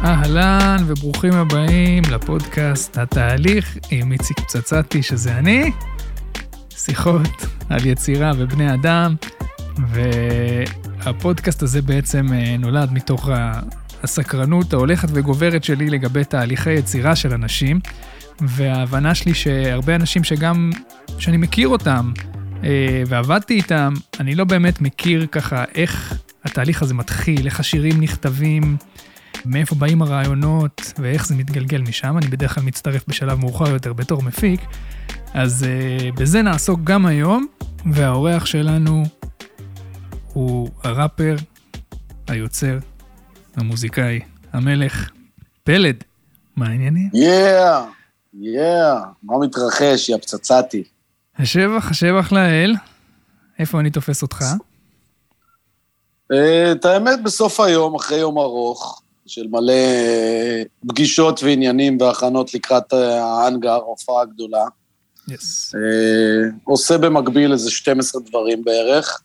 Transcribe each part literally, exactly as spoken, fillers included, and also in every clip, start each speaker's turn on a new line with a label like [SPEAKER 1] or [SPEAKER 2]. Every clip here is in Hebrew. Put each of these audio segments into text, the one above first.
[SPEAKER 1] אהלן וברוכים הבאים לפודקאסט התהליך עם איציק פצצתי, שזה אני, שיחות על יצירה ובני אדם, והפודקאסט הזה בעצם נולד מתוך הסקרנות ההולכת וגוברת שלי לגבי תהליכי יצירה של אנשים, וההבנה שלי שהרבה אנשים שגם, שאני מכיר אותם ועבדתי איתם, אני לא באמת מכיר ככה איך התהליך הזה מתחיל, איך השירים נכתבים, מאיפה באים הרעיונות ואיך זה מתגלגל משם. אני בדרך כלל מצטרף בשלב מאוחר יותר בתור מפיק, אז uh, בזה נעסוק גם היום, והאורח שלנו הוא הראפר, היוצר, המוזיקאי, המלך, פלד. מה העניינים?
[SPEAKER 2] יאה, יאה, מה מתרחש, יא פצצתי?
[SPEAKER 1] השבח, השבח לאל. איפה אני תופס אותך?
[SPEAKER 2] את האמת בסוף היום, אחרי יום ארוך, של מלא פגישות ועניינים והכנות לקראת האנגר, ההופעה הגדולה.
[SPEAKER 1] Yes.
[SPEAKER 2] עושה במקביל איזה שנים עשר דברים בערך,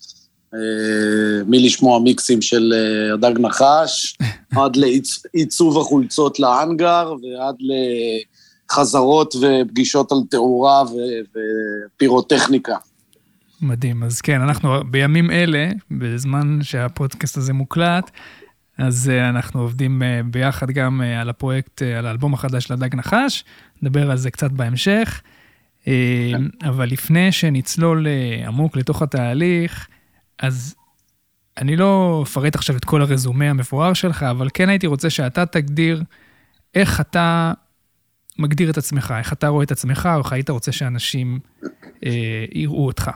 [SPEAKER 2] מלשמוע מיקסים של הדג נחש, עד לעיצוב החולצות לאנגר, ועד לחזרות ופגישות על תאורה ופירוטכניקה.
[SPEAKER 1] מדהים, אז כן, אנחנו בימים אלה, בזמן שהפודקאסט הזה מוקלט, אז אנחנו עובדים ביחד גם על הפרויקט, על האלבום החדש של הדג נחש, נדבר על זה קצת בהמשך, אבל לפני שנצלול עמוק לתוך התהליך, אז אני לא אפרט עכשיו את כל הרזומה המפואר שלך, אבל כן הייתי רוצה שאתה תגדיר איך אתה מגדיר את עצמך, איך אתה רואה את עצמך, או איך היית רוצה שאנשים יראו אותך.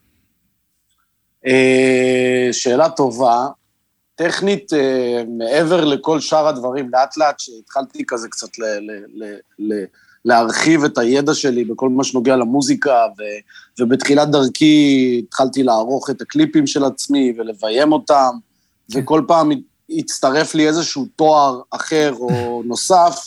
[SPEAKER 2] שאלה טובה, טכנית, מעבר לכל שאר הדברים, לאט לאט שהתחלתי כזה קצת להרחיב את הידע שלי בכל מה שנוגע למוזיקה, ובתחילת דרכי התחלתי לערוך את הקליפים של עצמי ולביים אותם, וכל פעם הצטרף לי איזשהו תואר אחר או נוסף.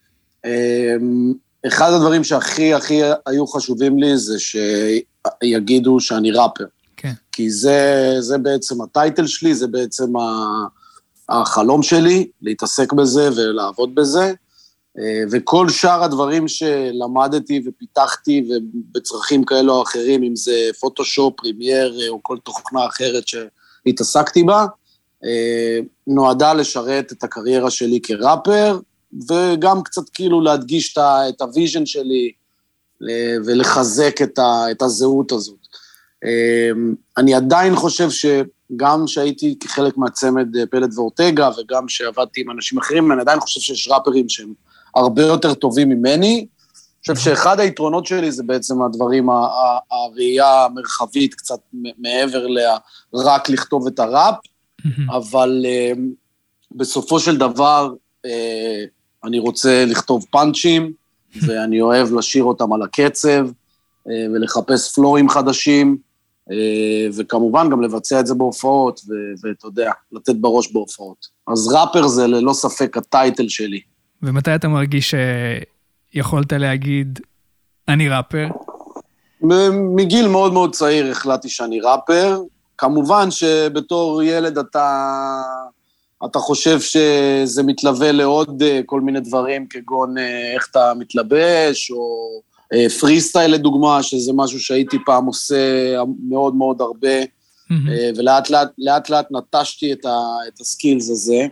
[SPEAKER 2] אחד הדברים שהכי הכי היו חשובים לי זה שיגידו שאני ראפר. כי זה, זה בעצם הטייטל שלי, זה בעצם החלום שלי, להתעסק בזה ולעבוד בזה, וכל שאר הדברים שלמדתי ופיתחתי ובצרכים כאלו או אחרים, אם זה פוטושופ, פרימייר או כל תוכנה אחרת שהתעסקתי בה, נועדה לשרת את הקריירה שלי כראפר, וגם קצת כאילו להדגיש את הוויז'ן שלי ולחזק את הזהות הזאת. אני עדיין חושב שגם שהייתי כחלק מהצמד פלד ואורטגה, וגם שעבדתי עם אנשים אחרים, אני עדיין חושב שיש ראפרים שהם הרבה יותר טובים ממני. אני חושב שאחד היתרונות שלי זה בעצם הדברים, הראייה המרחבית, קצת מעבר רק לכתוב את הראפ, אבל בסופו של דבר אני רוצה לכתוב פאנצ'ים, ואני אוהב לשיר אותם על הקצב, ולחפש פלואים חדשים, וכמובן גם לבצע את זה בהופעות, ואתה יודע, לתת בראש בהופעות. אז ראפר זה ללא ספק הטייטל שלי.
[SPEAKER 1] ומתי אתה מרגיש שיכולת להגיד, אני ראפר?
[SPEAKER 2] מגיל מאוד מאוד צעיר החלטתי שאני ראפר, כמובן שבתור ילד אתה, אתה חושב שזה מתלווה לעוד כל מיני דברים, כגון איך אתה מתלבש, או פרי סטייל לדוגמה, שזה משהו שהייתי פעם עושה מאוד מאוד הרבה, ולאט לאט, לאט לאט נטשתי את, ה, את הסקילס הזה,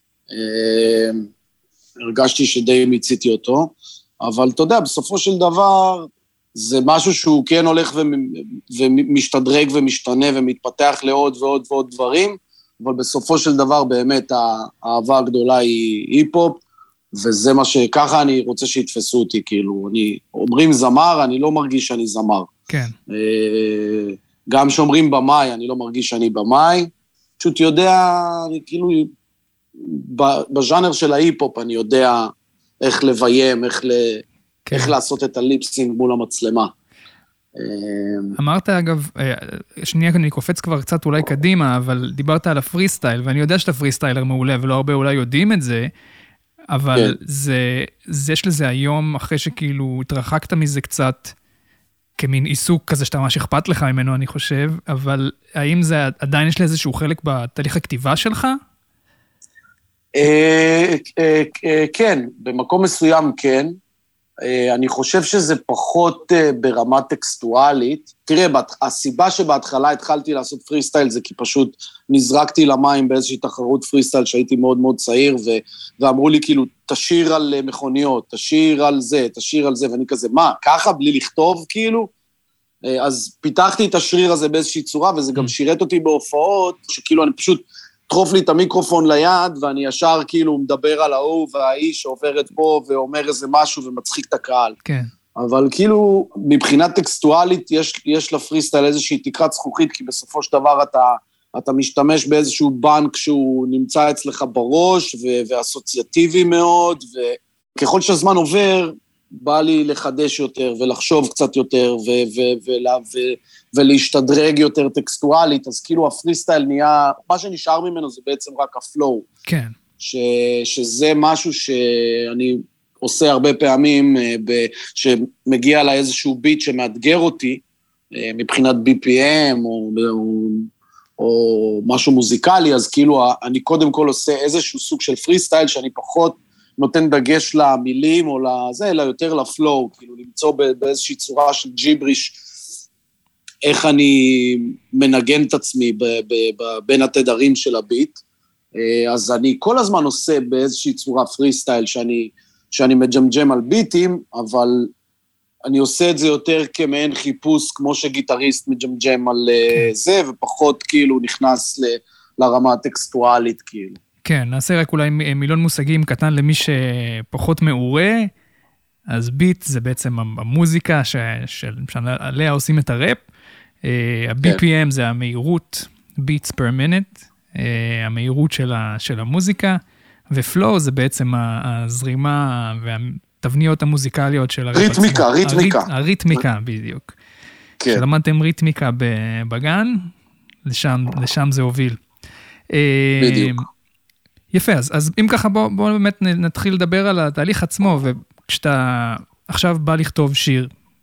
[SPEAKER 2] הרגשתי שדי מיציתי אותו, אבל אתה יודע, בסופו של דבר, זה משהו שהוא כן הולך ומשתדרג ומשתנה ומתפתח לעוד ועוד ועוד דברים, אבל בסופו של דבר באמת האהבה הגדולה היא היפ-הופ, וזה מה שככה אני רוצה שיתפסו אותי, כאילו, אני, אומרים זמר, אני לא מרגיש שאני זמר.
[SPEAKER 1] כן.
[SPEAKER 2] גם שאומרים במאי, אני לא מרגיש שאני במאי, פשוט יודע, אני כאילו, בז'אנר של ההיפ-הופ, אני יודע איך לביים, איך, ל, כן. איך לעשות את הליפסינג מול המצלמה.
[SPEAKER 1] אמרת אגב, שנייה אני קופץ כבר קצת אולי קדימה, אבל דיברת על הפרי סטייל, ואני יודע שאתה פרי סטיילר מעולה, ולא הרבה אולי יודעים את זה, אבל כן. זה, זה יש לזה היום, אחרי שכאילו התרחקת מזה קצת, כמין עיסוק כזה שאתה ממש אכפת לך ממנו, אני חושב, אבל האם זה עדיין יש לאיזשהו חלק בתהליך הכתיבה שלך?
[SPEAKER 2] כן, במקום מסוים כן. אני חושב שזה פחות ברמה טקסטואלית. תראה, הסיבה שבהתחלה התחלתי לעשות פרי סטייל זה כי פשוט נזרקתי למים באיזושהי תחרות פרי סטייל שהייתי מאוד מאוד צעיר, ואמרו לי כאילו, תשיר על מכוניות, תשיר על זה, תשיר על זה, ואני כזה, מה, ככה בלי לכתוב כאילו? אז פיתחתי את השריר הזה באיזושהי צורה, וזה גם שירת אותי בהופעות, שכאילו אני פשוט תחוף לי את המיקרופון ליד, ואני ישר כאילו מדבר על ההוא והאיש שעוברת פה, ואומר איזה משהו ומצחיק את הקהל.
[SPEAKER 1] כן.
[SPEAKER 2] אבל כאילו, מבחינה טקסטואלית, יש, יש לפריסטייל איזושהי תקרת זכוכית, כי בסופו של דבר אתה, אתה משתמש באיזשהו בנק שהוא נמצא אצלך בראש, ו- ואסוציאטיבי מאוד, וככל שהזמן עובר, בא לי לחדש יותר, ולחשוב קצת יותר, ו- ו- ו- ו- ולהשתדרג יותר טקסטואלית, אז כאילו הפריסטייל נהיה, מה שנשאר ממנו זה בעצם רק הפלואו.
[SPEAKER 1] כן.
[SPEAKER 2] ש- שזה משהו שאני עושה הרבה פעמים, ב- שמגיע לה איזשהו ביט שמאתגר אותי, מבחינת בי פי אם, או, או, או משהו מוזיקלי, אז כאילו אני קודם כל עושה איזשהו סוג של פריסטייל, שאני פחות נותן דגש למילים או לזה, אלא יותר לפלואו, כאילו למצוא באיזושהי צורה של ג'יבריש, איך אני מנגן את עצמי ב, ב, ב, בין התדרים של הביט, אז אני כל הזמן עושה באיזושהי צורה פריסטייל, שאני, שאני מג'מג'ם על ביטים, אבל אני עושה את זה יותר כמעין חיפוש, כמו שגיטריסט מג'מג'ם על כן. זה, ופחות כאילו נכנס ל, לרמה הטקסטואלית כאילו.
[SPEAKER 1] כן, נעשה רק אולי מיליון מושגים קטן למי שפחות מעורה, אז ביט זה בעצם המוזיקה ש, של, שעליה עושים את הראפ, ה-בי פי אם זה המהירות, beats per minute, המהירות של, ה, של המוזיקה, ופלואו זה בעצם הזרימה והתבניות המוזיקליות של הראפ.
[SPEAKER 2] ריתמיקה, ריתמיקה.
[SPEAKER 1] הריתמיקה, בדיוק. כן. כשלמדתם ריתמיקה בגן, לשם, לשם זה הוביל.
[SPEAKER 2] בדיוק.
[SPEAKER 1] יפה, אז, אז אם ככה בוא, בוא באמת נתחיל לדבר על התהליך עצמו, וכשאתה עכשיו בא לכתוב שיר,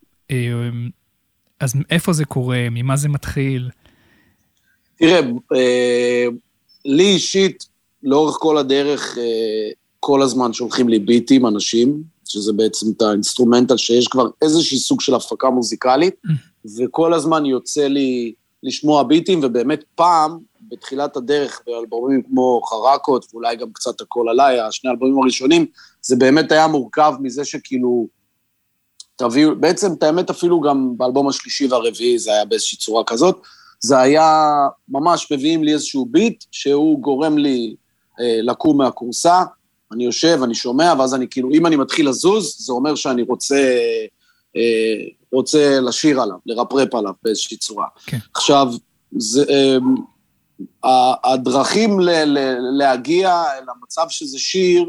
[SPEAKER 1] אז איפה זה קורה, ממה זה מתחיל?
[SPEAKER 2] תראה, לי אישית, לאורך כל הדרך, כל הזמן שולחים לי ביטים, אנשים, שזה בעצם את האינסטרומנטל, שיש כבר איזושהי סוג של הפקה מוזיקלית, וכל הזמן יוצא לי לשמוע ביטים, ובאמת פעם, בתחילת הדרך, באלבומים כמו חרקות, ואולי גם קצת הכל עליי, השני האלבומים הראשונים, זה באמת היה מורכב מזה שכאילו, תביאו, בעצם את האמת אפילו גם באלבום השלישי והרביעי, זה היה באיזושהי צורה כזאת, זה היה ממש מביאים לי איזשהו ביט, שהוא גורם לי אה, לקום מהקורסה, אני יושב, אני שומע, ואז אני כאילו, אם אני מתחיל לזוז, זה אומר שאני רוצה, אה, רוצה לשיר עליו, לרפרפ עליו באיזושהי צורה. Okay. עכשיו, זה... אה, הדרכים ל- ל- להגיע למצב שזה שיר,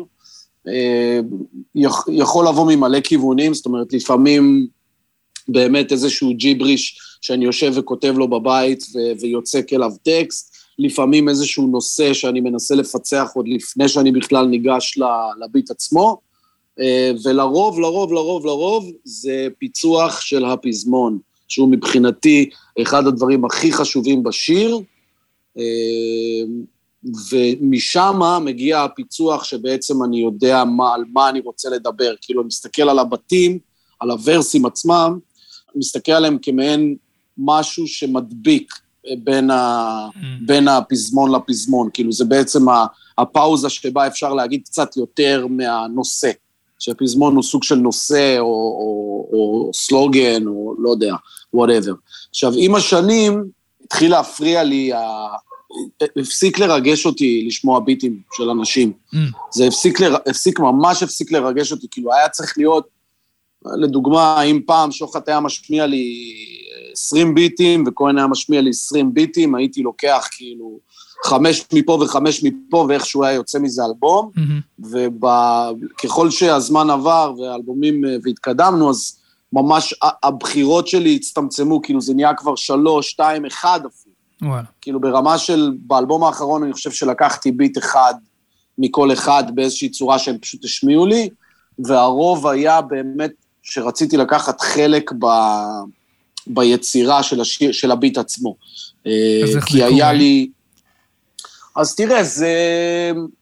[SPEAKER 2] יכול לבוא ממלא כיוונים, זאת אומרת, לפעמים באמת איזשהו ג'יבריש שאני יושב וכותב לו בבית ו- ויוצק אליו טקסט, לפעמים איזשהו נושא שאני מנסה לפצח עוד לפני שאני בכלל ניגש לביט עצמו, ולרוב, לרוב, לרוב, לרוב, זה פיצוח של הפזמון, שהוא מבחינתי אחד הדברים הכי חשובים בשיר, ומשם מגיע הפיצוח שבעצם אני יודע מה, על מה אני רוצה לדבר, כאילו אני מסתכל על הבתים, על הוורסים עצמם, אני מסתכל עליהם כמעין משהו שמדביק בין, ה, בין הפזמון לפזמון, כאילו זה בעצם הפאוזה שבה אפשר להגיד קצת יותר מהנושא, שהפזמון הוא סוג של נושא או, או, או סלוגן או לא יודע, whatever. עכשיו עם השנים התחיל להפריע לי, הפסיק לרגש אותי לשמוע ביטים של אנשים. Mm. זה הפסיק, לר... הפסיק, ממש הפסיק לרגש אותי, כאילו היה צריך להיות, לדוגמה, אם פעם שוחט היה משמיע לי עשרים ביטים, וכהן היה משמיע לי עשרים ביטים, הייתי לוקח כאילו חמש מפה וחמש מפה, ואיכשהו היה יוצא מזה אלבום, mm-hmm. וככל שהזמן עבר והאלבומים והתקדמנו, אז ממש הבחירות שלי הצטמצמו, כאילו זה נהיה כבר שלוש, שתיים, אחד אפילו. וואלה. כאילו ברמה של, באלבום האחרון אני חושב שלקחתי ביט אחד מכל אחד באיזושהי צורה שהם פשוט השמיעו לי, והרוב היה באמת שרציתי לקחת חלק ב, ביצירה של, השיר, של הביט עצמו.
[SPEAKER 1] אז איך
[SPEAKER 2] כי
[SPEAKER 1] זה
[SPEAKER 2] היה
[SPEAKER 1] קורה?
[SPEAKER 2] לי... אז תראה, זה...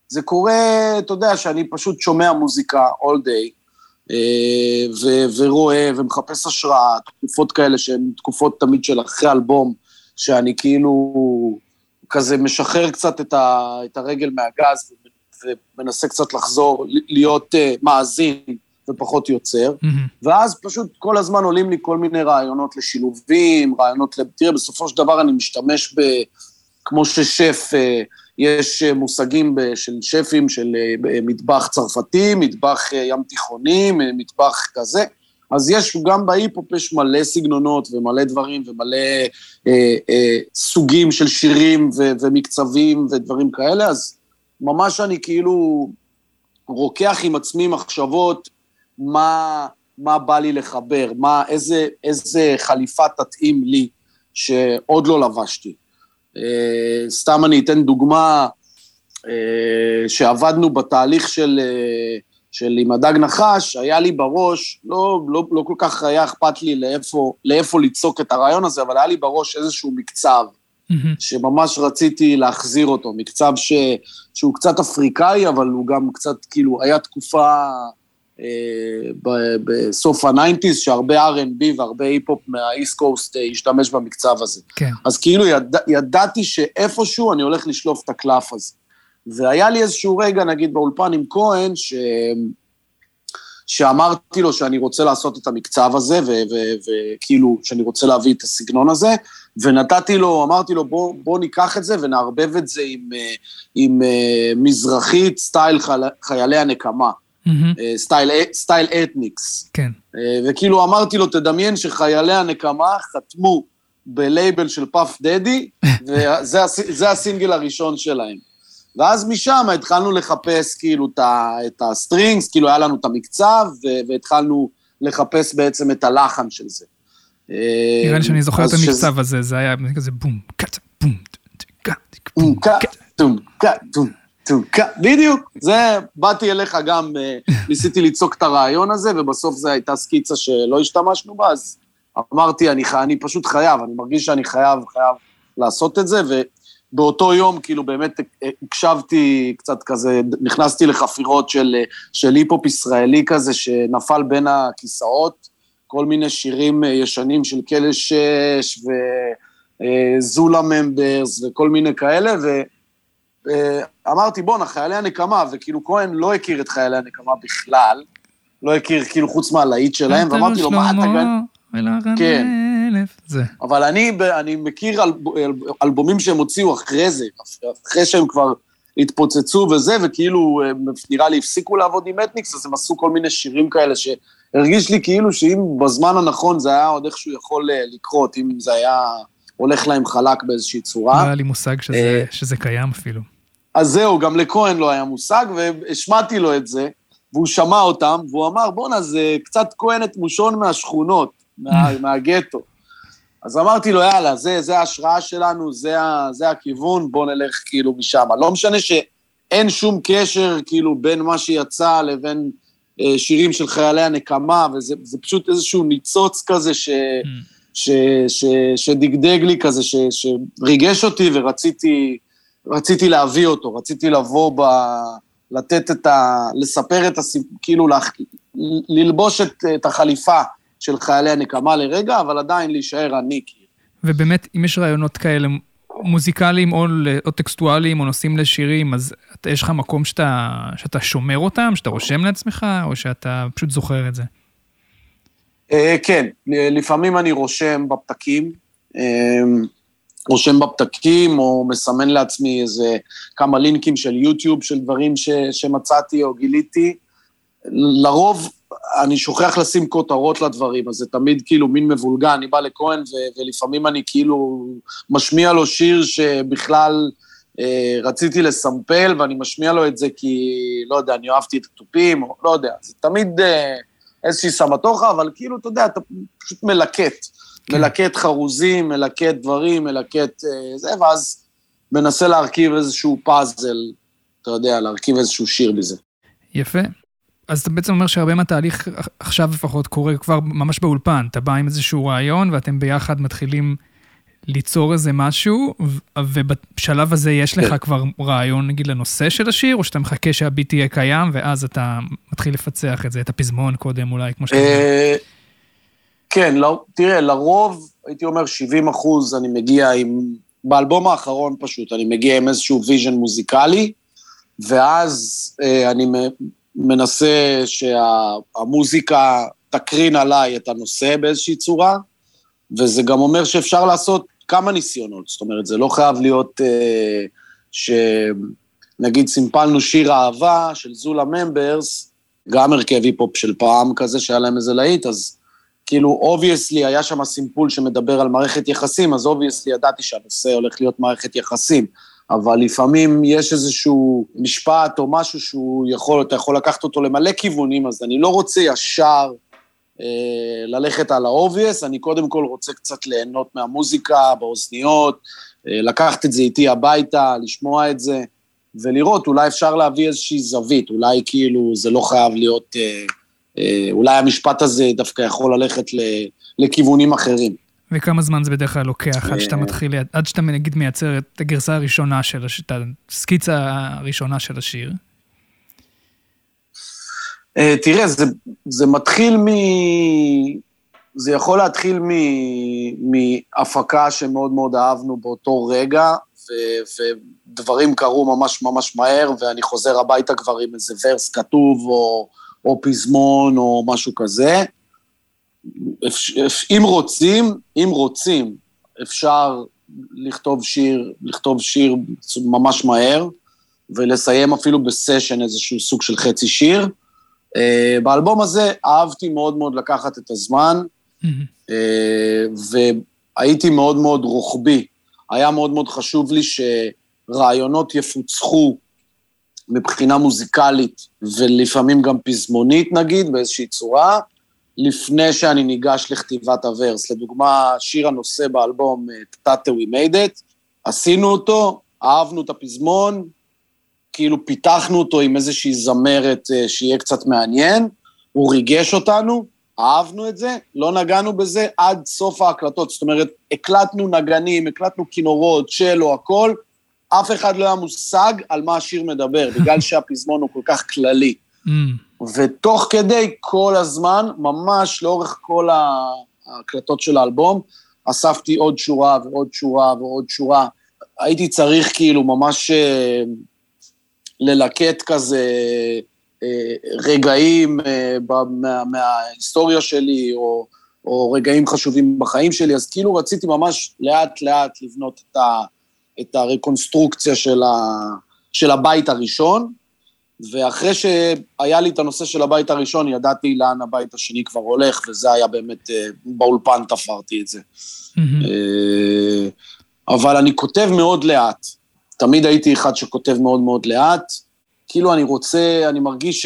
[SPEAKER 2] זה קורה, אתה יודע, שאני פשוט שומע מוזיקה all day, ו- ורואה ומחפש השראה, תקופות כאלה שהן תקופות תמיד של אחרי אלבום, שאני כאילו כזה משחרר קצת את, ה- את הרגל מהגז, ומנסה קצת לחזור, להיות uh, מאזין ופחות יוצר, mm-hmm. ואז פשוט כל הזמן עולים לי כל מיני רעיונות לשילובים, רעיונות, תראה, בסופו של דבר אני משתמש ב... כמו ששף, יש מושגים של שפים של מטבח צרפתי, מטבח ים תיכוני, מטבח כזה, אז יש גם בהיפ-הופ יש מלא סגנונות ומלא דברים ומלא אה, אה, סוגים של שירים ו- ומקצבים ודברים כאלה, אז ממש אני כאילו רוקח עם עצמי מחשבות מה, מה בא לי לחבר, מה, איזה, איזה חליפה תתאים לי שעוד לא לבשתי. Uh, סתם אני אתן דוגמה, uh, שעבדנו בתהליך של, uh, של עם הדג נחש, היה לי בראש, לא, לא, לא כל כך היה אכפת לי לאיפה, לאיפה ליצוק את הרעיון הזה, אבל היה לי בראש איזשהו מקצב, mm-hmm. שממש רציתי להחזיר אותו, מקצב ש, שהוא קצת אפריקאי, אבל הוא גם קצת, כאילו, היה תקופה uh, ב- בסוף ה-תשעים, שהרבה אר אנד בי והרבה היפ-הופ מהאיסט קוסט uh, השתמש במקצב הזה. כן. אז כאילו יד, ידעתי שאיפשהו אני הולך לשלוף את הקלף הזה. והיה לי איזשהו רגע, נגיד באולפן עם כהן, ש... שאמרתי לו שאני רוצה לעשות את המקצב הזה, וכאילו שאני רוצה להביא את הסגנון הזה, ונתתי לו, אמרתי לו, בוא, בוא ניקח את זה ונערבב את זה עם, עם מזרחית, סטייל חיילי הנקמה, mm-hmm. סטייל, סטייל אתניקס. כן. וכאילו אמרתי לו, תדמיין שחיילי הנקמה חתמו בלייבל של פאף דדי, וזה זה הסינגל הראשון שלהם. ואז משם התחלנו לחפש כאילו את הסטרינגס, כאילו היה לנו את המקצב, והתחלנו לחפש בעצם את הלחן של זה.
[SPEAKER 1] נראה לי שאני זוכר את המקצב הזה, זה היה כזה בום, קט, בום,
[SPEAKER 2] בום, קט, בום, קט, בום, בום, קט, בדיוק. זה, באתי אליך גם, ניסיתי ליצוק את הרעיון הזה, ובסוף זה הייתה סקיצה שלא השתמשנו בה, אז אמרתי, אני פשוט חייב, אני מרגיש שאני חייב, חייב לעשות את זה, ו... באותו יום, כאילו, באמת הקשבתי קצת כזה, נכנסתי לחפירות של, של היפ-הופ ישראלי כזה, שנפל בין הכיסאות, כל מיני שירים ישנים של כלא שש, וזולה ממברס, וכל מיני כאלה, ואמרתי, בוא, חיילי הנקמה, וכאילו כהן לא הכיר את חיילי הנקמה בכלל, לא הכיר כאילו חוץ מהלהיט שלהם, ואמרתי לו, מה אתה גם... כן. זה. אבל אני, אני מכיר אל, אל, אלבומים שהם הוציאו אחרי זה, אחרי שהם כבר התפוצצו וזה, וכאילו נראה לי הפסיקו לעבוד עם אתניקס, אז הם עשו כל מיני שירים כאלה שהרגיש לי כאילו שאם בזמן הנכון זה היה עוד איכשהו יכול לקרות, אם זה היה הולך להם חלק באיזושהי צורה.
[SPEAKER 1] לא היה לי מושג שזה, שזה קיים אפילו.
[SPEAKER 2] אז זהו, גם לכהן לא היה מושג, והשמעתי לו את זה, והוא שמע אותם, והוא אמר, בוא זה קצת כהנת מושון מהשכונות, מה, מהגטו. אז אמרתי לו, יאללה, זה, זה ההשראה שלנו, זה, זה הכיוון, בוא נלך כאילו משם. לא משנה שאין שום קשר כאילו בין מה שיצא לבין אה, שירים של חיילי הנקמה, וזה זה פשוט איזשהו ניצוץ כזה ש, mm. ש, ש, שדגדג לי כזה, ש, שריגש אותי ורציתי רציתי להביא אותו, רציתי לבוא ב... לתת את ה... לספר את הסיפור, כאילו לה, ללבוש את, את החליפה, של חיילי הנקמה לרגע, אבל עדיין להישאר אני.
[SPEAKER 1] ובאמת, אם יש רעיונות כאלה מוזיקליים או, או טקסטואליים או נושאים לשירים, אז יש לך מקום שאתה, שאתה שומר אותם, שאתה רושם לעצמך, או שאתה פשוט זוכר את זה?
[SPEAKER 2] כן, לפעמים אני רושם בפתקים, רושם בפתקים, או מסמן לעצמי איזה כמה לינקים של יוטיוב, של דברים ש, שמצאתי או גיליתי. לרוב, אני שוכח לשים כותרות לדברים, אז זה תמיד כאילו מין מבולגן, אני בא לכהן ו- ולפעמים אני כאילו משמיע לו שיר שבכלל אה, רציתי לסמפל, ואני משמיע לו את זה כי, לא יודע, אני אוהבתי את הטופים, או לא יודע, זה תמיד אה, איזושהי סמטוחה, אבל כאילו, אתה יודע, אתה פשוט מלקט, כן. מלקט חרוזים, מלקט דברים, מלקט אה, זה, ואז מנסה להרכיב איזשהו פאזל, אתה יודע, להרכיב איזשהו שיר בזה.
[SPEAKER 1] יפה. אז אתה בעצם אומר שהרבה מהתהליך עכשיו לפחות קורה כבר ממש באולפן, אתה בא עם איזשהו רעיון ואתם ביחד מתחילים ליצור איזה משהו, ובשלב הזה יש לך כבר רעיון, נגיד, לנושא של השיר, או שאתה מחכה שהביט יהיה קיים, ואז אתה מתחיל לפצח את זה, את הפזמון קודם אולי, כמו שאתה אומר.
[SPEAKER 2] כן, תראה, לרוב, הייתי אומר שבעים אחוז, אני מגיע עם, באלבום האחרון פשוט, אני מגיע עם איזשהו ויז'ן מוזיקלי, ואז אני מנסה שהמוזיקה תקרין עליי את הנושא באיזושהי צורה, וזה גם אומר שאפשר לעשות כמה ניסיונות, זאת אומרת, זה לא חייב להיות אה, שנגיד סימפלנו שיר אהבה של זולה ממברס, גם הרכב היפ-הופ של פעם כזה שהיה להם איזה להיט, אז כאילו, obviously היה שם סימפול שמדבר על מערכת יחסים, אז obviously ידעתי שהנושא הולך להיות מערכת יחסים, אבל לפעמים יש איזשהו משפט או משהו שהוא יכול, אתה יכול לקחת אותו למלא כיוונים, אז אני לא רוצה ישר ללכת על ה-obvious, אני קודם כל רוצה קצת ליהנות מהמוזיקה, באוזניות, לקחת את זה איתי הביתה, לשמוע את זה, ולראות, אולי אפשר להביא איזושהי זווית, אולי כאילו זה לא חייב להיות, אולי המשפט הזה דווקא יכול ללכת לכיוונים אחרים.
[SPEAKER 1] וכמה זמן זה בדרך כלל לוקח, עד שאתה מתחיל, עד שאתה נגיד מייצר את הגרסה הראשונה של, את הסקיצה הראשונה של השיר?
[SPEAKER 2] תראה, זה, זה מתחיל מ... זה יכול להתחיל מ... מהפקה שמאוד מאוד אהבנו באותו רגע, ו... ודברים קרו ממש ממש מהר, ואני חוזר הביתה כבר עם איזה ורס כתוב, או, או פזמון, או משהו כזה. אם רוצים, אם רוצים, אפשר לכתוב שיר, לכתוב שיר ממש מהר, ולסיים אפילו בסשן איזשהו סוג של חצי שיר. Uh, באלבום הזה אהבתי מאוד מאוד לקחת את הזמן, mm-hmm. uh, והייתי מאוד מאוד רוחבי. היה מאוד מאוד חשוב לי שרעיונות יפוצחו מבחינה מוזיקלית, ולפעמים גם פזמונית נגיד, באיזושהי צורה, לפני שאני ניגש לכתיבת הוורס. לדוגמה, שיר הנושא באלבום, תתה We Made It, עשינו אותו, אהבנו את הפזמון, כאילו פיתחנו אותו עם איזושהי זמרת שיהיה קצת מעניין, הוא ריגש אותנו, אהבנו את זה, לא נגענו בזה עד סוף ההקלטות, זאת אומרת, הקלטנו נגנים, הקלטנו כינורות, שלו, הכל, אף אחד לא היה מושג על מה השיר מדבר, בגלל שהפזמון הוא כל כך כללי. ותוך כדי כל הזמן, ממש לאורך כל ההקלטות של האלבום, אספתי עוד שורה ועוד שורה ועוד שורה, הייתי צריך כאילו ממש ללקט כזה רגעים מה, מההיסטוריה שלי, או, או רגעים חשובים בחיים שלי, אז כאילו רציתי ממש לאט לאט לבנות את, ה, את הרקונסטרוקציה של, ה, של הבית הראשון, ואחרי שהיה לי את הנושא של הבית הראשון, ידעתי לאן הבית השני כבר הולך, וזה היה באמת, באולפן תפרתי את זה. אבל אני כותב מאוד לאט, תמיד הייתי אחד שכותב מאוד מאוד לאט, כאילו אני רוצה, אני מרגיש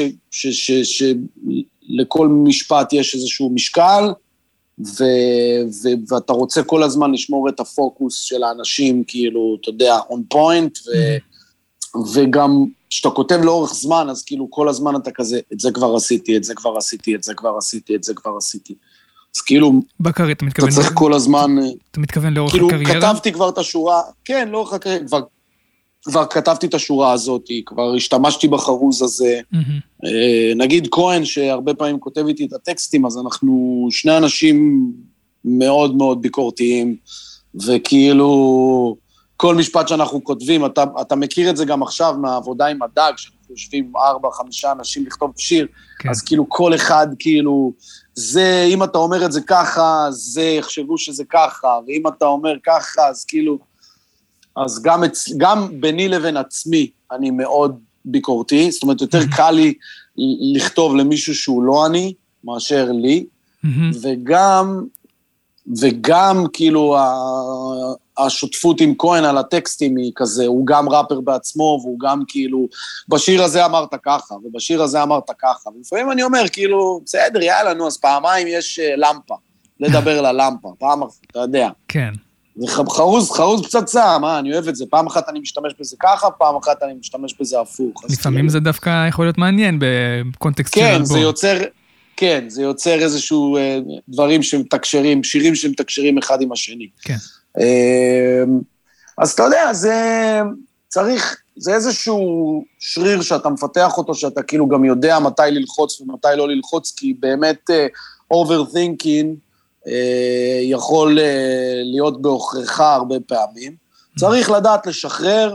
[SPEAKER 2] שלכל משפט יש איזשהו משקל, ו, ו, ואתה רוצה כל הזמן לשמור את הפוקוס של האנשים, כאילו, אתה יודע, on point, ו, וגם כשאתה כותב לאורך זמן, אז כאילו כל הזמן אתה כזה, את זה כבר עשיתי, את זה כבר עשיתי, את זה כבר עשיתי, את זה כבר עשיתי. אז כאילו,
[SPEAKER 1] בקרי, אתה מתכוון,
[SPEAKER 2] אתה צריך כל הזמן,
[SPEAKER 1] אתה מתכוון לאורך
[SPEAKER 2] כאילו,
[SPEAKER 1] הקריירה?
[SPEAKER 2] כאילו כתבתי כבר את השורה, כן, לאורך הקריירה, כבר, כבר כתבתי את השורה הזאת, כבר השתמשתי בחרוז הזה, mm-hmm. נגיד כהן, שהרבה פעמים כותב איתי את הטקסטים, אז אנחנו שני אנשים מאוד מאוד ביקורתיים, וכאילו, כל משפט שאנחנו כותבים, אתה, אתה מכיר את זה גם עכשיו מהעבודה עם הדג, שאנחנו יושבים ארבע, חמישה אנשים לכתוב שיר, כן. אז כאילו כל אחד כאילו, זה, אם אתה אומר את זה ככה, זה יחשבו שזה ככה, ואם אתה אומר ככה, אז כאילו, אז גם, גם ביני לבין עצמי, אני מאוד ביקורתי, זאת אומרת, יותר קל לי לכתוב למישהו שהוא לא אני, מאשר לי, וגם, וגם כאילו, השותפות עם כהן על הטקסטים היא כזה, הוא גם ראפר בעצמו, והוא גם כאילו, בשיר הזה אמרת ככה, ובשיר הזה אמרת ככה, ולפעמים אני אומר, כאילו, בסדר, יאללה, נו, אז פעמיים יש למפה, לדבר ללמפה, פעם, אתה יודע.
[SPEAKER 1] כן.
[SPEAKER 2] זה חרוז, חרוז פצצה, מה, אני אוהב את זה, פעם אחת אני משתמש בזה ככה, פעם אחת אני משתמש בזה הפוך.
[SPEAKER 1] לפעמים זה דווקא יכול להיות מעניין בקונטקסט של אלבום.
[SPEAKER 2] כן, זה יוצר, כן, זה יוצר איזשהו דברים שמתקשרים, שירים שמתקשרים אחד עם השני.
[SPEAKER 1] כן.
[SPEAKER 2] אז אתה יודע, זה צריך, זה איזשהו שריר שאתה מפתח אותו, שאתה כאילו גם יודע מתי ללחוץ ומתי לא ללחוץ, כי באמת overthinking יכול להיות באוכריך הרבה פעמים. צריך לדעת לשחרר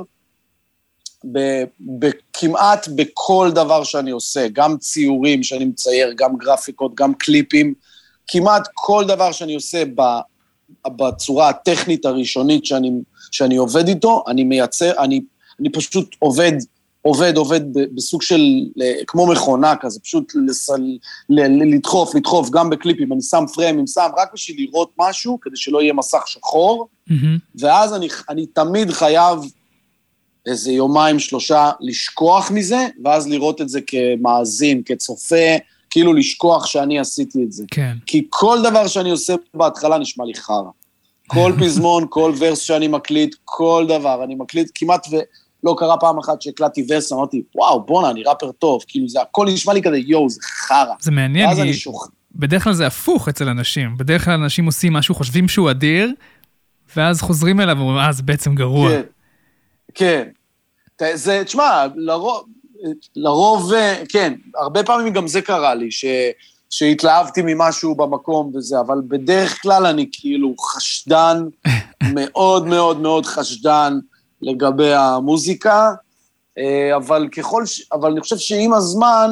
[SPEAKER 2] בכמעט בכל דבר שאני עושה, גם ציורים שאני מצייר, גם גרפיקות, גם קליפים, כמעט כל דבר שאני עושה בצורה הטכנית הראשונית שאני, שאני עובד איתו, אני מייצר, אני, אני פשוט עובד, עובד, עובד בסוג של, כמו מכונה כזה, פשוט לסל, לדחוף, לדחוף, גם בקליפים, אני שם פריים, שם רק בשביל לראות משהו, כדי שלא יהיה מסך שחור, mm-hmm. ואז אני, אני תמיד חייב איזה יומיים, שלושה, לשכוח מזה, ואז לראות את זה כמאזין, כצופה, כאילו לשכוח שאני עשיתי את זה. כן. כי כל דבר שאני עושה בהתחלה נשמע לי חרא. כל פזמון, כל ורס שאני מקליט, כל דבר, אני מקליט כמעט ולא קרה פעם אחת שהקלטתי ורס, אמרתי, וואו, בונה, אני ראפר טוב, כאילו זה, הכל נשמע לי כזה, יואו, זה חרא.
[SPEAKER 1] זה מעניין, כי שוח... בדרך כלל זה הפוך אצל אנשים, בדרך כלל אנשים עושים משהו, חושבים שהוא אדיר, ואז חוזרים אליו ואומרים, אה, זה בעצם גרוע.
[SPEAKER 2] כן, כן. זה, תשמע, לרוב, לרוב, כן, הרבה פעמים גם זה קרה לי, ש, שהתלהבתי ממשהו במקום וזה, אבל בדרך כלל אני כאילו חשדן, מאוד מאוד מאוד חשדן לגבי המוזיקה, אבל ככל, ש, אבל אני חושב שעם הזמן,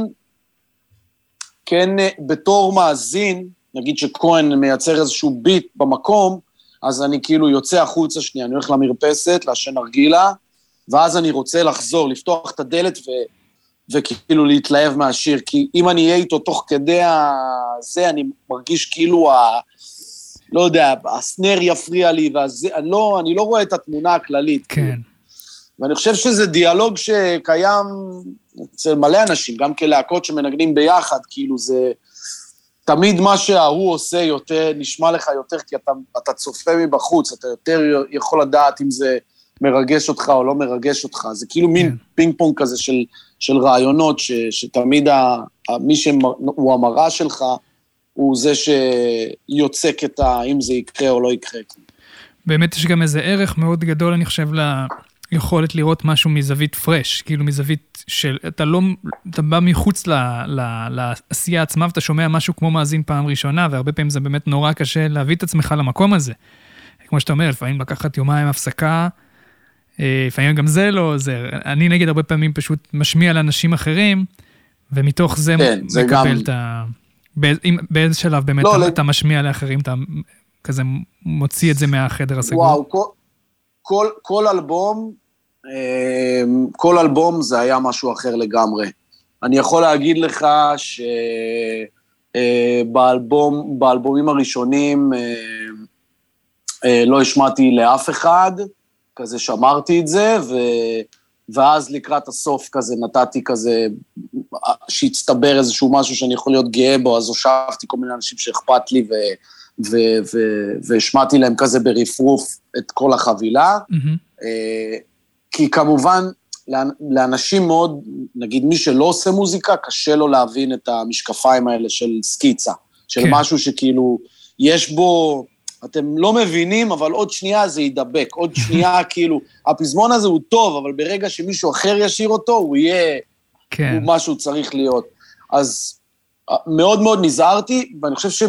[SPEAKER 2] כן, בתור מאזין, נגיד שכהן מייצר איזשהו ביט במקום, אז אני כאילו יוצא החוצה שנייה, אני הולך למרפסת, לעשן הרגילה, ואז אני רוצה לחזור, לפתוח את הדלת ו, וכאילו להתלהב מהשיר, כי אם אני אהיה איתו תוך כדי הזה, אני מרגיש כאילו, ה, לא יודע, הסנר יפריע לי, והזה, אני, לא, אני לא רואה את התמונה הכללית.
[SPEAKER 1] כן.
[SPEAKER 2] ואני חושב שזה דיאלוג שקיים אצל מלא אנשים, גם כלהקות שמנגנים ביחד, כאילו זה, תמיד מה שההוא עושה יותר, נשמע לך יותר, כי אתה, אתה צופה מבחוץ, אתה יותר יכול לדעת אם זה מרגש אותך או לא מרגש אותך, זה כאילו מין פינג פונג כזה של, של רעיונות, ש, שתמיד ה, מי שהוא המראה שלך, הוא זה שיוצק את ה, אם זה יקרה או לא יקרה.
[SPEAKER 1] באמת יש גם איזה ערך מאוד גדול, אני חושב, ליכולת לראות משהו מזווית פרש, כאילו מזווית של, אתה לא, אתה בא מחוץ ל, ל, לעשייה עצמה, ואתה שומע משהו כמו מאזין פעם ראשונה, והרבה פעמים זה באמת נורא קשה להביא את עצמך למקום הזה. כמו שאתה אומר, לפעמים לקחת יומיים הפסקה, לפעמים גם זה לא עוזר. אני נגיד הרבה פעמים פשוט משמיע לאנשים אחרים, ומתוך זה כן, מקבל זה גם... את ה... באיזה שלב באמת לא, אתה ל... משמיע לאחרים, אתה כזה מוציא את זה מהחדר הסגור.
[SPEAKER 2] וואו, כל, כל, כל אלבום, כל אלבום זה היה משהו אחר לגמרי. אני יכול להגיד לך שבאלבום, באלבומים הראשונים לא השמעתי לאף אחד, כזה שמרתי את זה, ו... ואז לקראת הסוף כזה נתתי כזה, שהצטבר איזשהו משהו שאני יכול להיות גאה בו, אז הושבתי כל מיני אנשים שאכפת לי, ו... ו... ו... והשמעתי להם כזה ברפרוף את כל החבילה, mm-hmm. כי כמובן, לאנשים מאוד, נגיד מי שלא עושה מוזיקה, קשה לו להבין את המשקפיים האלה של סקיצה, של כן. משהו שכאילו, יש בו... אתם לא מבינים, אבל עוד שנייה זה ידבק, עוד שנייה כאילו, הפזמון הזה הוא טוב, אבל ברגע שמישהו אחר ישיר אותו, הוא יהיה, כן. הוא משהו צריך להיות. אז מאוד מאוד נזהרתי, ואני חושב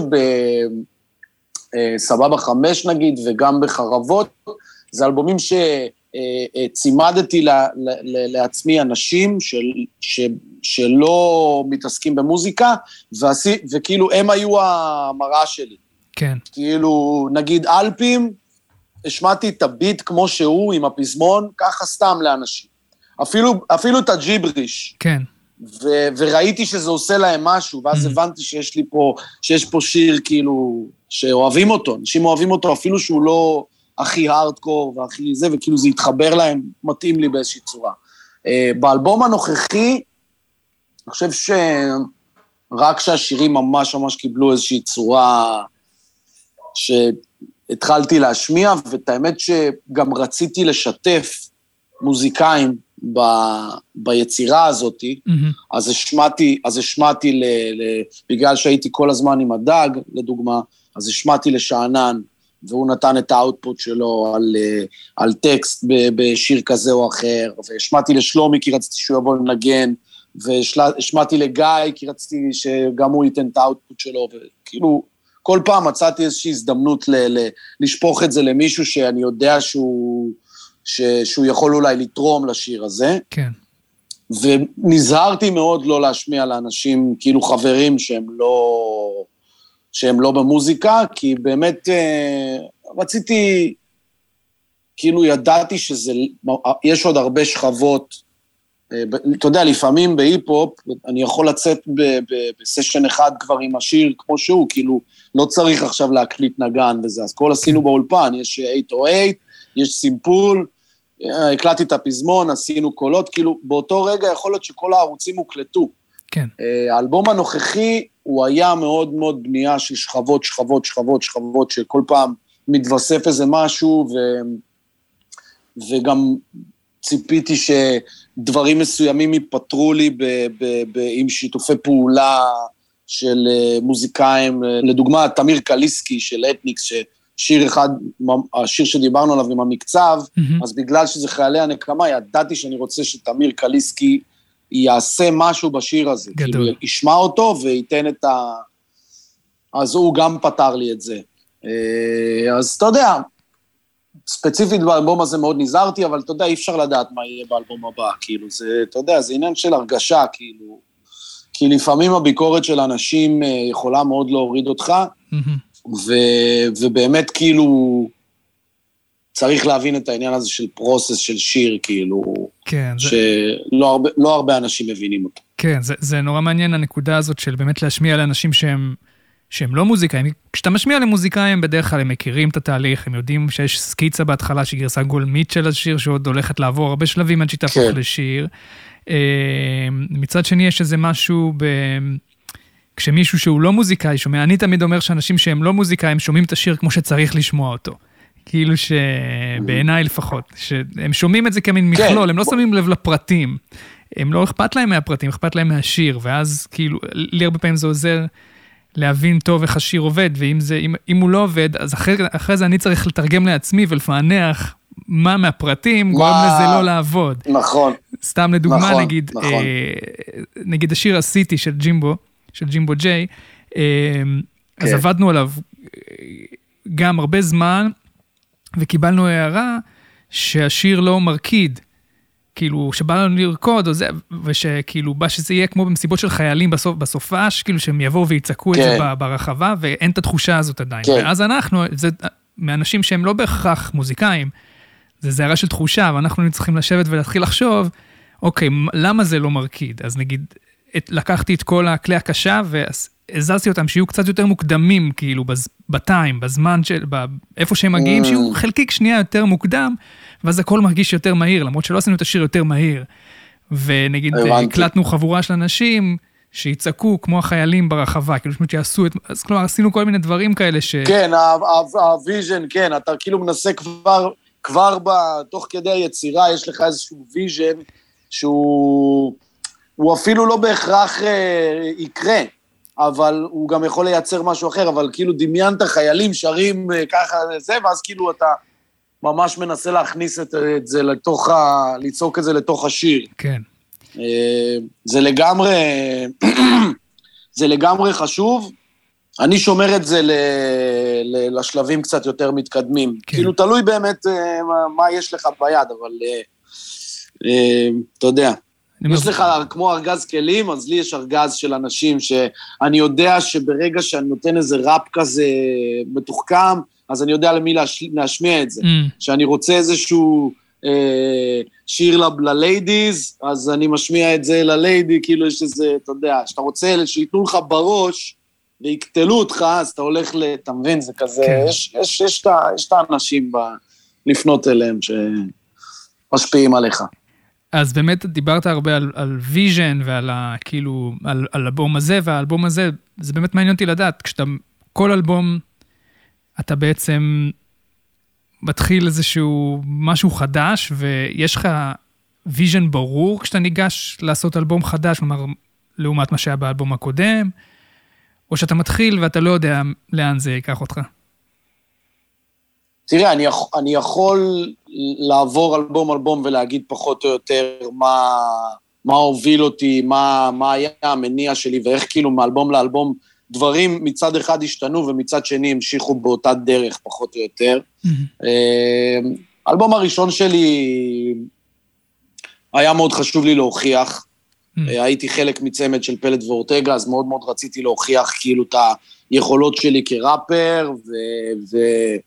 [SPEAKER 2] שבסבבה חמש נגיד, וגם בחרבות, זה אלבומים שצימדתי לעצמי אנשים של, ש, שלא מתעסקים במוזיקה, ועשי, וכאילו הם היו המראה שלי.
[SPEAKER 1] כן.
[SPEAKER 2] כאילו, נגיד אלפים, השמעתי את הביט כמו שהוא עם הפזמון, ככה סתם לאנשים. אפילו, אפילו את הג'יבריש.
[SPEAKER 1] כן.
[SPEAKER 2] ו- וראיתי שזה עושה להם משהו, ואז mm-hmm. הבנתי שיש לי פה, שיש פה שיר כאילו, שאוהבים אותו, אנשים אוהבים אותו, אפילו שהוא לא הכי הארדקור והכי זה, וכאילו זה יתחבר להם, מתאים לי באיזושהי צורה. באלבום הנוכחי, אני חושב שרק שהשירים ממש ממש קיבלו איזושהי צורה, שהתחלתי להשמיע, ואת האמת שגם רציתי לשתף מוזיקאים ב, ביצירה הזאת, mm-hmm. אז השמעתי, אז השמעתי ל, ל, בגלל שהייתי כל הזמן עם הדג, לדוגמה, אז השמעתי לשענן, והוא נתן את האוטפוט שלו על, על טקסט בשיר כזה או אחר, והשמעתי לשלומי כי רציתי שהוא יבוא לנגן, והשמעתי לגיא כי רציתי שגם הוא ייתן את האוטפוט שלו, וכאילו כל פעם מצאתי איזושהי הזדמנות ל, ל, לשפוך את זה למישהו שאני יודע שהוא, ש, שהוא יכול אולי לתרום לשיר הזה.
[SPEAKER 1] כן.
[SPEAKER 2] ונזהרתי מאוד לא להשמיע לאנשים, כאילו חברים שהם לא, שהם לא במוזיקה, כי באמת רציתי, כאילו ידעתי שזה, יש עוד הרבה שכבות, אתה יודע, לפעמים בהיפ-הופ, אני יכול לצאת בסשן אחד כבר עם השיר כמו שהוא, כאילו לא צריך עכשיו להקליט נגן וזה, אז כל עשינו באולפן, יש שמונה או שמונה, יש סימפול, הקלטתי את הפזמון, עשינו קולות, כאילו באותו רגע יכול להיות שכל הערוצים הוקלטו.
[SPEAKER 1] כן.
[SPEAKER 2] האלבום הנוכחי הוא היה מאוד מאוד בנייה של שכבות, שכבות, שכבות, שכבות, שכל פעם מתווסף איזה משהו, ו... וגם ציפיתי שדברים מסוימים ייפטרו לי ב... ב... ב... עם שיתופי פעולה של מוזיקאים, לדוגמה, תמיר קליסקי של אתניקס, ש... שיר אחד, השיר שדיברנו עליו עם המקצב, mm-hmm. אז בגלל שזה חיילי הנקמה, ידעתי שאני רוצה שתמיר קליסקי יעשה משהו בשיר הזה. גדול. כאילו, ישמע אותו וייתן את ה... אז הוא גם פתר לי את זה. אז אתה יודע, ספציפית באלבום הזה מאוד נזהרתי, אבל אתה יודע, אי אפשר לדעת מה יהיה באלבום הבא, כאילו, זה, אתה יודע, זה עניין של הרגשה, כאילו, כי לפעמים הביקורת של אנשים יכולה מאוד להוריד אותך, mm-hmm. ו, ובאמת כאילו צריך להבין את העניין הזה של פרוסס של שיר, כאילו,
[SPEAKER 1] כן,
[SPEAKER 2] שלא זה... הרבה, לא הרבה אנשים מבינים אותו.
[SPEAKER 1] כן, זה, זה נורא מעניין הנקודה הזאת של באמת להשמיע לאנשים שהם, שהם לא מוזיקאים. כשאתה משמיע למוזיקאים, בדרך כלל הם מכירים את התהליך, הם יודעים שיש סקיצה בהתחלה שהיא גרסה גולמית של השיר, שעוד הולכת לעבור הרבה שלבים עד שתהפוך כן. לשיר. מצד שני יש איזה משהו ב... כשמישהו שהוא לא מוזיקאי שומע, אני תמיד אומר שאנשים שהם לא מוזיקאים שומעים את השיר כמו שצריך לשמוע אותו. כאילו שבעיניי לפחות, שהם שומעים את זה כמין מכלול, הם לא שמים לב לפרטים, הם לא אכפת להם מהפרטים, אכפת להם מהשיר, ואז כאילו, לי הרבה פעמים זה עוזר להבין טוב איך השיר עובד, ואם זה, אם, אם הוא לא עובד, אז אחרי, אחרי זה אני צריך לתרגם לעצמי ולפענח מה מהפרטים גורם לזה לא לעבוד.
[SPEAKER 2] נכון.
[SPEAKER 1] סתם לדוגמה,
[SPEAKER 2] נכון,
[SPEAKER 1] נגיד,
[SPEAKER 2] נכון.
[SPEAKER 1] אה, נגיד השיר הסיטי של ג'ימבו, של ג'ימבו ג'יי, אז עבדנו עליו גם הרבה זמן, וקיבלנו הערה שהשיר לא מרקיד, כאילו שבא לנו לרקוד, ושכאילו בא שזה יהיה כמו במסיבות של חיילים בסופש, כאילו שהם יבואו ויצעקו את זה ברחבה, ואין את התחושה הזאת עדיין. ואז אנחנו, זה מאנשים שהם לא בהכרח מוזיקאים, זה זהרה של תחושה, ואנחנו צריכים לשבת ולהתחיל לחשוב, אוקיי, למה זה לא מרקיד? אז נגיד, את, לקחתי את כל הכלי הקשה, והזזתי אותם שיהיו קצת יותר מוקדמים, כאילו, בטיים, בזמן של, איפה שהם מגיעים, שיהיו חלקיק שנייה יותר מוקדם, ואז הכל מרגיש יותר מהיר, למרות שלא עשינו את השיר יותר מהיר. ונגיד, הקלטנו חבורה של אנשים, שיצעקו כמו החיילים ברחבה, כאילו, שמת שיעשו את, אז כלומר, עשינו כל מיני דברים כאלה ש...
[SPEAKER 2] כן, הוויז'ן, כן, אתה כאילו מנסה כבר, כבר בתוך כדי היצירה, יש לך איזשהו ויז'ן, שהוא... הוא אפילו לא בהכרח אה, יקרה, אבל הוא גם יכול לייצר משהו אחר, אבל כאילו דמיינת חיילים שרים אה, ככה זה, ואז כאילו אתה ממש מנסה להכניס את, את זה לתוך ה... ליצוק את זה לתוך השיר.
[SPEAKER 1] כן.
[SPEAKER 2] אה, זה לגמרי, זה לגמרי חשוב, אני שומר את זה ל, ל, לשלבים קצת יותר מתקדמים. כן. כאילו תלוי באמת אה, מה, מה יש לך ביד, אבל אה, אה, אתה יודע, יש לך כמו ארגז כלים, אז לי יש ארגז של אנשים שאני יודע שברגע שאני נותן איזה ראפ כזה מתוחכם, אז אני יודע למי להשמיע את זה. Mm. שאני רוצה איזשהו אה, שיר לליידיז, אז אני משמיע את זה לליידי, כאילו יש איזה, אתה יודע, שאתה רוצה שיתנו לך בראש, ויקטלו אותך, אז אתה הולך לתמבין, זה כזה, כן. יש, יש, יש, יש, יש את האנשים ב, לפנות אליהם שמשפיעים עליך.
[SPEAKER 1] אז באמת דיברת הרבה על, על ויז'ן ועל ה, כאילו, על, על אלבום הזה, והאלבום הזה, זה באמת מעניין אותי לדעת, כשאתה, כל אלבום, אתה בעצם מתחיל איזשהו משהו חדש, ויש לך ויז'ן ברור כשאתה ניגש לעשות אלבום חדש, כלומר, לעומת מה שהיה באלבום הקודם, או שאתה מתחיל ואתה לא יודע לאן זה ייקח אותך.
[SPEAKER 2] תראה, אני, אני יכול לעבור אלבום אלבום ולהגיד פחות או יותר מה, מה הוביל אותי, מה, מה היה המניע שלי, ואיך כאילו מאלבום לאלבום דברים מצד אחד השתנו, ומצד שני המשיכו באותה דרך פחות או יותר. Mm-hmm. האלבום הראשון שלי היה מאוד חשוב לי להוכיח, mm-hmm. הייתי חלק מצמד של פלט ואורטגה, אז מאוד מאוד רציתי להוכיח כאילו את היכולות שלי כראפר, ו... ו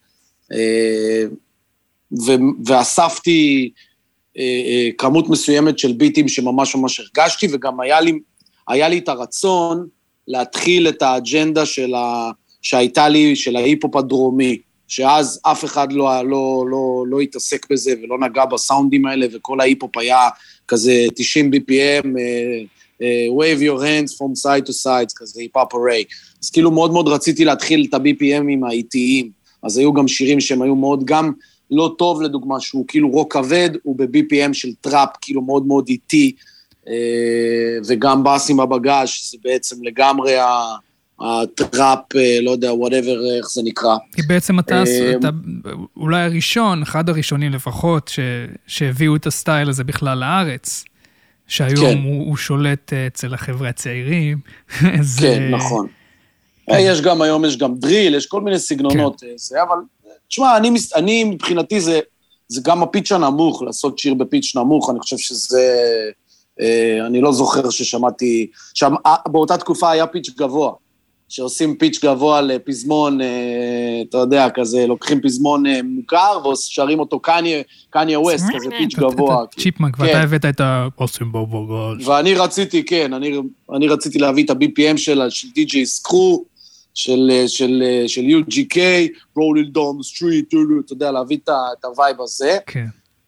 [SPEAKER 2] ואספתי כמות מסוימת של ביטים שממש ממש הרגשתי, וגם היה לי, היה לי את הרצון להתחיל את האג'נדה של ה, שהייתה לי, של ההיפ-הופ הדרומי, שאז אף אחד לא, לא, לא, לא התעסק בזה ולא נגע בסאונדים האלה, וכל ההיפ-הופ היה כזה תשעים בי פי אם, uh, uh, wave your hands from side to side, כזה היפ-הופ array. אז כאילו מאוד מאוד רציתי להתחיל את ה-בי פי אמים האיטיים, אז היו גם שירים שהם היו מאוד, גם לא טוב לדוגמה, שהוא כאילו רוק כבד, הוא ב-בי פי אם של טראפ, כאילו מאוד מאוד איטי, וגם בסים בבגז' זה בעצם לגמרי הטראפ, לא יודע, whatever, איך זה נקרא.
[SPEAKER 1] כי בעצם אתה, אתה אולי הראשון, אחד הראשונים לפחות, שהביאו את הסטייל הזה בכלל לארץ, שהיום הוא שולט אצל החבר'ה הצעירים.
[SPEAKER 2] כן, נכון. יש גם, היום יש גם דריל, יש כל מיני סגנונות, זה, אבל, תשמע, אני, אני מבחינתי זה, זה גם הפיץ' הנמוך, לעשות שיר בפיץ' נמוך, אני חושב שזה, אני לא זוכר ששמעתי, שם, באותה תקופה היה פיץ' גבוה, שעושים פיץ' גבוה לפזמון, אתה יודע, כזה, לוקחים פזמון מוכר, ושרים אותו קניה, קניה ווסט, כזה פיץ' גבוה.
[SPEAKER 1] צ'יפמנק, ואתה הבאת את הפוסים בובוגול.
[SPEAKER 2] ואני רציתי, כן, אני רציתי להביא את ה-בי פי אם של די-ג'יי סקרו, של, של, של יו ג'י קיי, rolling down the street, אתה יודע, להביא את הווייב הזה.
[SPEAKER 1] כן.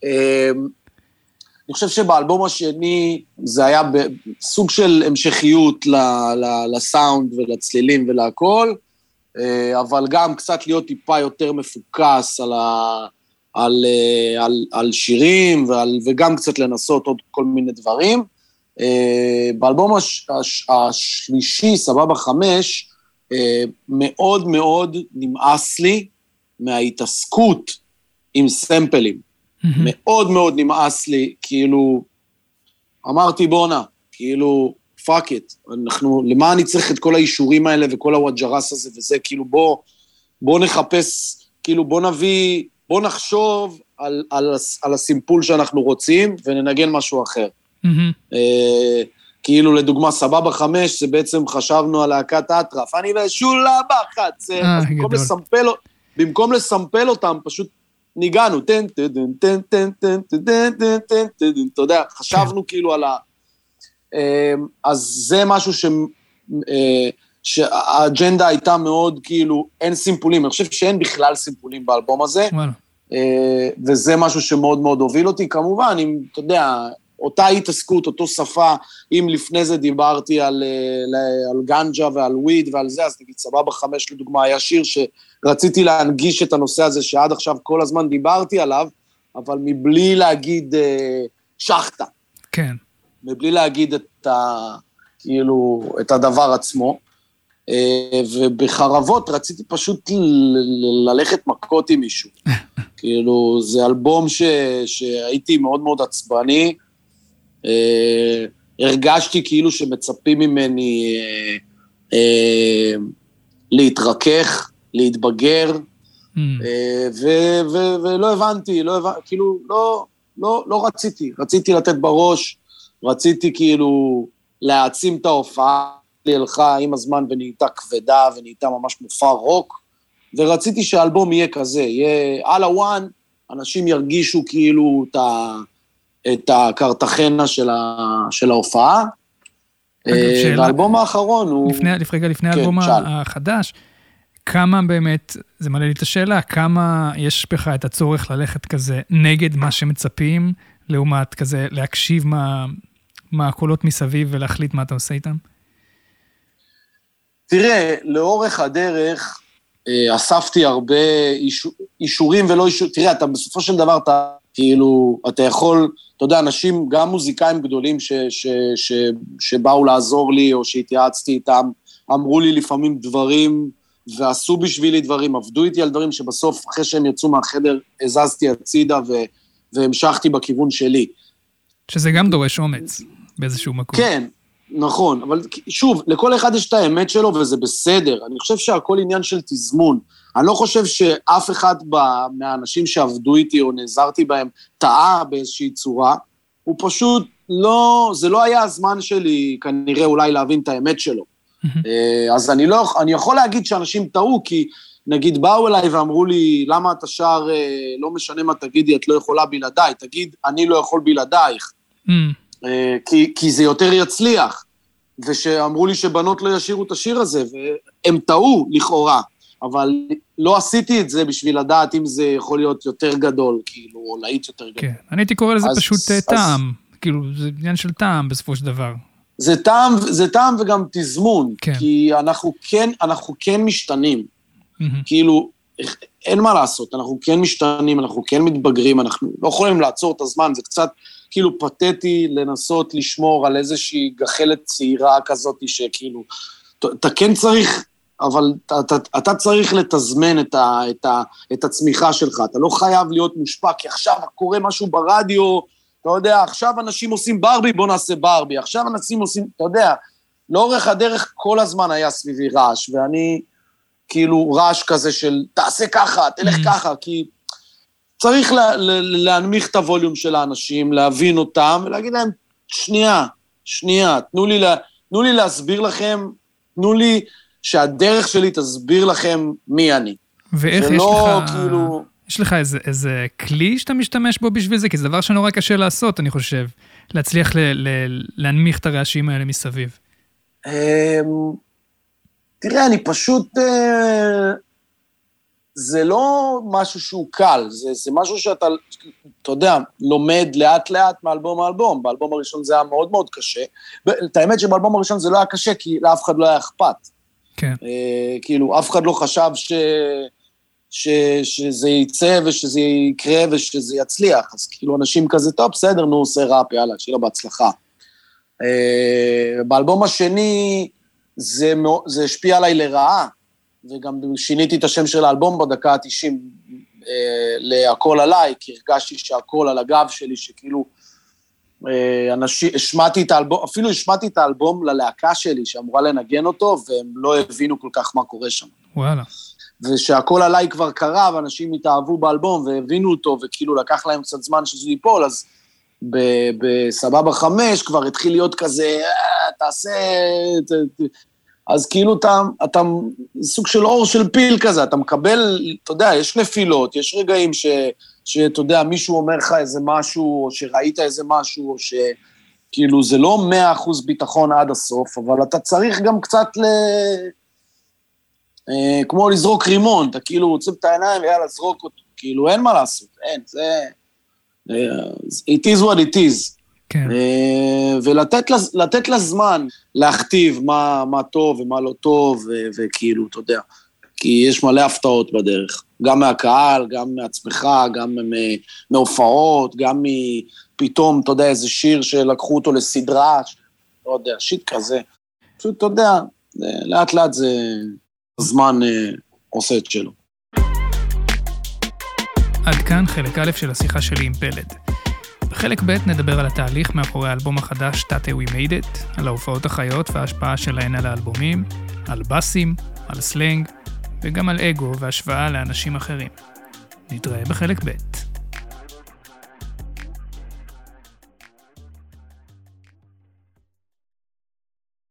[SPEAKER 2] אני חושב שבאלבום השני, זה היה בסוג של המשכיות לסאונד ולצלילים ולהכל, אבל גם קצת להיות טיפה יותר מפוקס על, ה, על, על, על שירים, ועל, וגם קצת לנסות עוד כל מיני דברים. באלבום הש, הש, השלישי, סבבה חמש, מאוד מאוד נמאס לי מההתעסקות עם סמפלים. Mm-hmm. מאוד מאוד נמאס לי, כאילו, אמרתי בונה, כאילו, פאק איט, אנחנו, למה אני צריך את כל האישורים האלה וכל הוואג'רס הזה וזה, כאילו בוא, בוא נחפש, כאילו בוא נביא, בוא נחשוב על, על, על הסימפול שאנחנו רוצים וננגן משהו אחר. Mm-hmm. אה, כאילו לדוגמה, סבבה חמש, זה בעצם חשבנו על להקת אטרף, אני ושולה בחצר, אז במקום לסמפל, במקום לסמפל אותם, פשוט ניגענו, טן, טן, טן, טן, טן, טן, טן, טן, טן, טן, אתה יודע, חשבנו כאילו על ה... אז זה משהו ש... שהאג'נדה הייתה מאוד כאילו, אין סימפולים, אני חושב שאין בכלל סימפולים באלבום הזה, וזה משהו שמאוד מאוד הוביל אותי, כמובן, אם, אתה יודע, אותה התעסקות, אותו שפה, אם לפני זה דיברתי על, על גנג'ה ועל וויד ועל זה, אז נגיד סבבה חמש לדוגמה, היה שיר שרציתי להנגיש את הנושא הזה, שעד עכשיו כל הזמן דיברתי עליו, אבל מבלי להגיד שחטה.
[SPEAKER 1] כן.
[SPEAKER 2] מבלי להגיד את, ה, כאילו, את הדבר עצמו, ובחרבות רציתי פשוט ללכת מכות עם מישהו. כאילו, זה אלבום ש, שהייתי מאוד מאוד עצבני, Uh, הרגשתי כאילו שמצפים ממני uh, uh, להתרכך, להתבגר, mm. uh, ו- ו- ולא הבנתי, לא הבנתי, כאילו, לא, לא, לא רציתי, רציתי לתת בראש, רציתי כאילו להעצים את ההופעה, הלכה עם הזמן ונהייתה כבדה, ונהייתה ממש מופע רוק, ורציתי שהאלבום יהיה כזה, יהיה על הוואן, אנשים ירגישו כאילו את ה... את הקרטחנה של, ה, של ההופעה. והאלבום האחרון הוא...
[SPEAKER 1] לפני, לפני, לפני כן, האלבום שאל. החדש, כמה באמת, זה מעלה לי את השאלה, כמה יש בך את הצורך ללכת כזה נגד מה שמצפים, לעומת כזה להקשיב מה, מה הקולות מסביב ולהחליט מה אתה עושה איתם?
[SPEAKER 2] תראה, לאורך הדרך, אספתי הרבה אישור, אישורים ולא אישורים, תראה, אתה בסופו של דבר, אתה כאילו, אתה יכול, אתה יודע, אנשים, גם מוזיקאים גדולים ש, ש, ש, שבאו לעזור לי, או שהתייעצתי איתם, אמרו לי לפעמים דברים, ועשו בשבילי דברים, עבדו איתי על דברים שבסוף, אחרי שהם יצאו מהחדר, הזזתי הצידה ו... והמשכתי בכיוון שלי.
[SPEAKER 1] שזה גם דורש אומץ, באיזשהו מקום.
[SPEAKER 2] כן, נכון, אבל שוב, לכל אחד יש את האמת שלו, וזה בסדר. אני חושב שהכל עניין של תזמון. אני לא חושב שאף אחד מהאנשים שעבדו איתי, או נעזרתי בהם, טעה באיזושהי צורה. הוא פשוט לא, זה לא היה הזמן שלי, כנראה אולי להבין את האמת שלו. אז אני לא, אני יכול להגיד שאנשים טעו, כי נגיד באו אליי ואמרו לי, למה אתה שר, לא משנה מה תגידי, את לא יכולה בלעדיי, תגיד, אני לא יכול בלעדייך, כי, כי זה יותר יצליח, ושאמרו לי שבנות לא ישירו את השיר הזה, והם טעו לכאורה, אבל לא עשיתי את זה בשביל לדעת אם זה יכול להיות יותר גדול, כאילו, או להיט יותר גדול.
[SPEAKER 1] כן, אני הייתי קורא לזה אז, פשוט אז, טעם, כאילו, זה עניין של טעם בסופו של דבר.
[SPEAKER 2] זה טעם, זה טעם וגם תזמון, כן. כי אנחנו כן, אנחנו כן משתנים. Mm-hmm. כאילו, אין מה לעשות, אנחנו כן משתנים, אנחנו כן מתבגרים, אנחנו לא יכולים לעצור את הזמן, זה קצת כאילו פתטי לנסות לשמור על איזושהי גחלת צעירה כזאת, שכאילו, אתה כן צריך, אבל אתה, אתה, אתה צריך לתזמן את, ה, את, ה, את הצמיחה שלך, אתה לא חייב להיות מושפע, כי עכשיו קורה משהו ברדיו, אתה יודע, עכשיו אנשים עושים ברבי, בוא נעשה ברבי, עכשיו אנשים עושים, אתה יודע, לאורך הדרך כל הזמן היה סביבי רעש, ואני כאילו רעש כזה של תעשה ככה, תלך ככה, כי צריך לה, להנמיך את הווליום של האנשים, להבין אותם, ולהגיד להם, שנייה, שנייה, תנו לי, לה, תנו לי להסביר לכם, תנו לי שהדרך שלי תסביר לכם מי אני.
[SPEAKER 1] ואיך יש לך... כאילו... יש לך איזה, איזה כלי שאתה משתמש בו בשביל זה? כי זה דבר שנורא קשה לעשות, אני חושב. להצליח ל, ל, להנמיך את הרעשים האלה מסביב.
[SPEAKER 2] תראה, אני פשוט... זה לא משהו שהוא קל, זה, זה משהו שאתה, אתה יודע, לומד לאט-לאט מאלבום לאלבום. באלבום הראשון זה היה מאוד מאוד קשה. את האמת שבאלבום הראשון זה לא היה קשה, כי לאף אחד לא היה אכפת.
[SPEAKER 1] כן.
[SPEAKER 2] כאילו, אף אחד לא חשב ש... ש, שזה ייצא ושזה יקרה ושזה יצליח, אז כאילו אנשים כזה, טוב, בסדר, נו, עושה ראפ, יאללה, שיהיה לו בהצלחה. באלבום השני, זה, זה השפיע עליי לרעה, וגם שיניתי את השם של האלבום בדקה ה-תשעים להכל עליי, כי הרגשתי שהכל על הגב שלי, שכאילו, אנשים, השמעתי את האלבום, אפילו השמעתי את האלבום ללהקה שלי, שאמורה לנגן אותו, והם לא הבינו כל כך מה קורה שם.
[SPEAKER 1] וואלה.
[SPEAKER 2] ושהכל עליי כבר קרה, ואנשים התאהבו באלבום, והבינו אותו, וכאילו לקח להם קצת זמן שזה ייפול, אז בסבבה חמש כבר התחיל להיות כזה, תעשה... אז כאילו אתה, אתה סוג של אור של פיל כזה, אתה מקבל, אתה יודע, יש נפילות, יש רגעים ש, שאתה יודע, מישהו אומר לך איזה משהו, או שראית איזה משהו, או שכאילו זה לא מאה אחוז ביטחון עד הסוף, אבל אתה צריך גם קצת ל... כמו לזרוק רימון, אתה כאילו רוצה את העיניים, ויאללה, זרוק אותו, כאילו אין מה לעשות, אין, זה... it is what it is.
[SPEAKER 1] כן.
[SPEAKER 2] ולתת לה זמן להכתיב מה, מה טוב ומה לא טוב, ו, וכאילו, אתה יודע, כי יש מלא הפתעות בדרך, גם מהקהל, גם מעצמך, גם מהופעות, גם מפתאום, אתה יודע, איזה שיר שלקחו אותו לסדרה, לא יודע, שיט כזה. פשוט, אתה יודע, לאט לאט זה... הזמן אה, עושה את שלו.
[SPEAKER 1] עד כאן חלק א' של השיחה שלי עם פלד. בחלק ב' נדבר על התהליך מאחורי האלבום החדש Tate We Made It, על ההופעות החיות וההשפעה שלהן על האלבומים, על בסים, על סלנג, וגם על אגו והשוואה לאנשים אחרים. נתראה בחלק ב'.